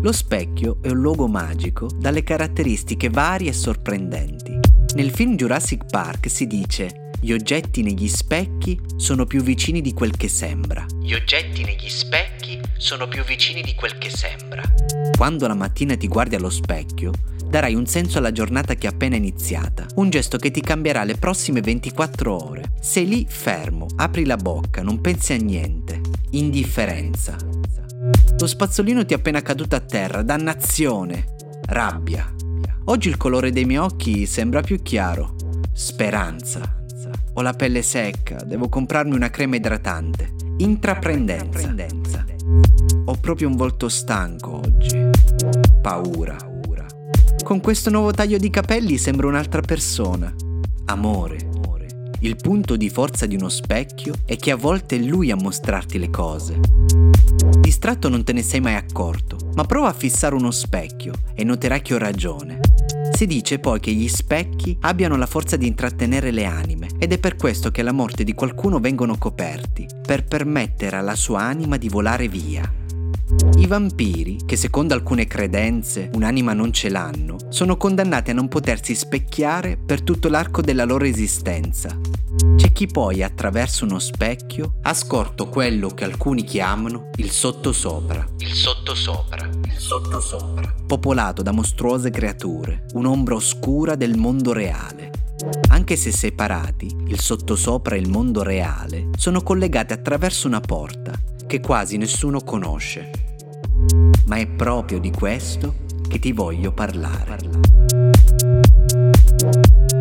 Lo specchio è un luogo magico dalle caratteristiche varie e sorprendenti. Nel film Jurassic Park si dice: gli oggetti negli specchi sono più vicini di quel che sembra. Gli oggetti negli specchi sono più vicini di quel che sembra. Quando la mattina ti guardi allo specchio, darai un senso alla giornata che è appena iniziata, un gesto che ti cambierà le prossime 24 ore. Sei lì fermo, apri la bocca, non pensi a niente. Indifferenza. Lo spazzolino ti è appena caduto a terra, dannazione, rabbia. Oggi il colore dei miei occhi sembra più chiaro, speranza. Ho la pelle secca, devo comprarmi una crema idratante, intraprendenza. Ho proprio un volto stanco oggi, paura. Con questo nuovo taglio di capelli sembro un'altra persona, amore. Il punto di forza di uno specchio è che a volte è lui a mostrarti le cose. Distratto non te ne sei mai accorto, ma prova a fissare uno specchio e noterai che ho ragione. Si dice poi che gli specchi abbiano la forza di intrattenere le anime, ed è per questo che alla morte di qualcuno vengono coperti, per permettere alla sua anima di volare via. I vampiri, che secondo alcune credenze un'anima non ce l'hanno, sono condannati a non potersi specchiare per tutto l'arco della loro esistenza. C'è chi poi, attraverso uno specchio, ha scorto quello che alcuni chiamano il sottosopra. Il sottosopra. Popolato da mostruose creature, un'ombra oscura del mondo reale. Anche se separati, il sottosopra e il mondo reale sono collegati attraverso una porta che quasi nessuno conosce. Ma è proprio di questo che ti voglio parlare.